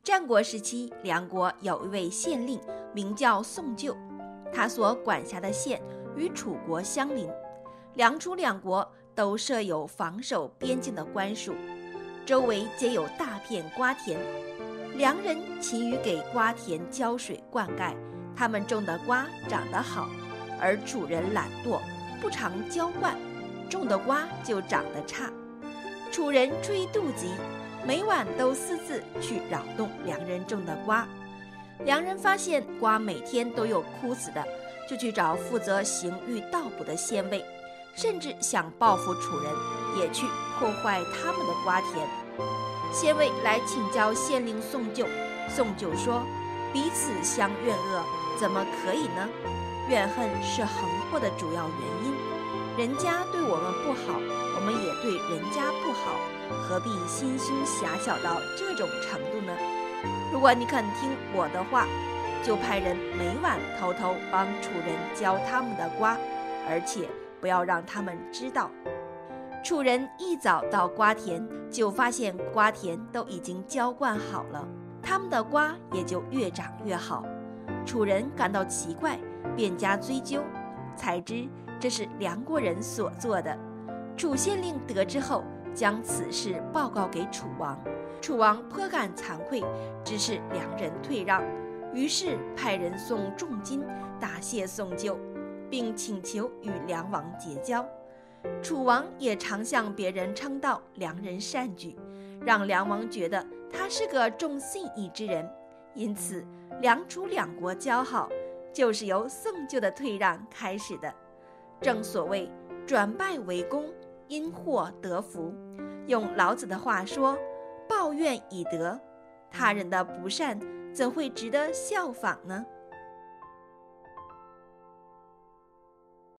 战国时期，梁国有一位县令，名叫宋咎，他所管辖的县与楚国相邻，梁楚两国都设有防守边境的官署，周围皆有大片瓜田。梁人勤于给瓜田浇水灌溉，他们种的瓜长得好，而楚人懒惰，不常浇灌，种的瓜就长得差。楚人出于妒忌，每晚都私自去扰动梁人种的瓜。梁人发现瓜每天都有枯死的，就去找负责刑狱盗捕的县尉，甚至想报复楚人，也去破坏他们的瓜田。县尉来请教县令宋咎，宋咎说：彼此相怨恶，怎么可以呢？怨恨是横祸的主要原因，人家对我们不好，我们也对人家不好，何必心胸狭小到这种程度呢？如果你肯听我的话，就派人每晚偷偷帮楚人浇他们的瓜，而且不要让他们知道。楚人一早到瓜田，就发现瓜田都已经浇灌好了，他们的瓜也就越长越好。楚人感到奇怪，便加追究，才知这是梁国人所做的。楚县令得知后，将此事报告给楚王，楚王颇感惭愧，指示梁人退让，于是派人送重金答谢宋咎，并请求与梁王结交。楚王也常向别人称道梁人善举，让梁王觉得他是个重信义之人，因此梁楚两国交好就是由宋咎的退让开始的。正所谓转败为功，因祸得福，用老子的话说，报怨以德，他人的不善怎会值得效仿呢？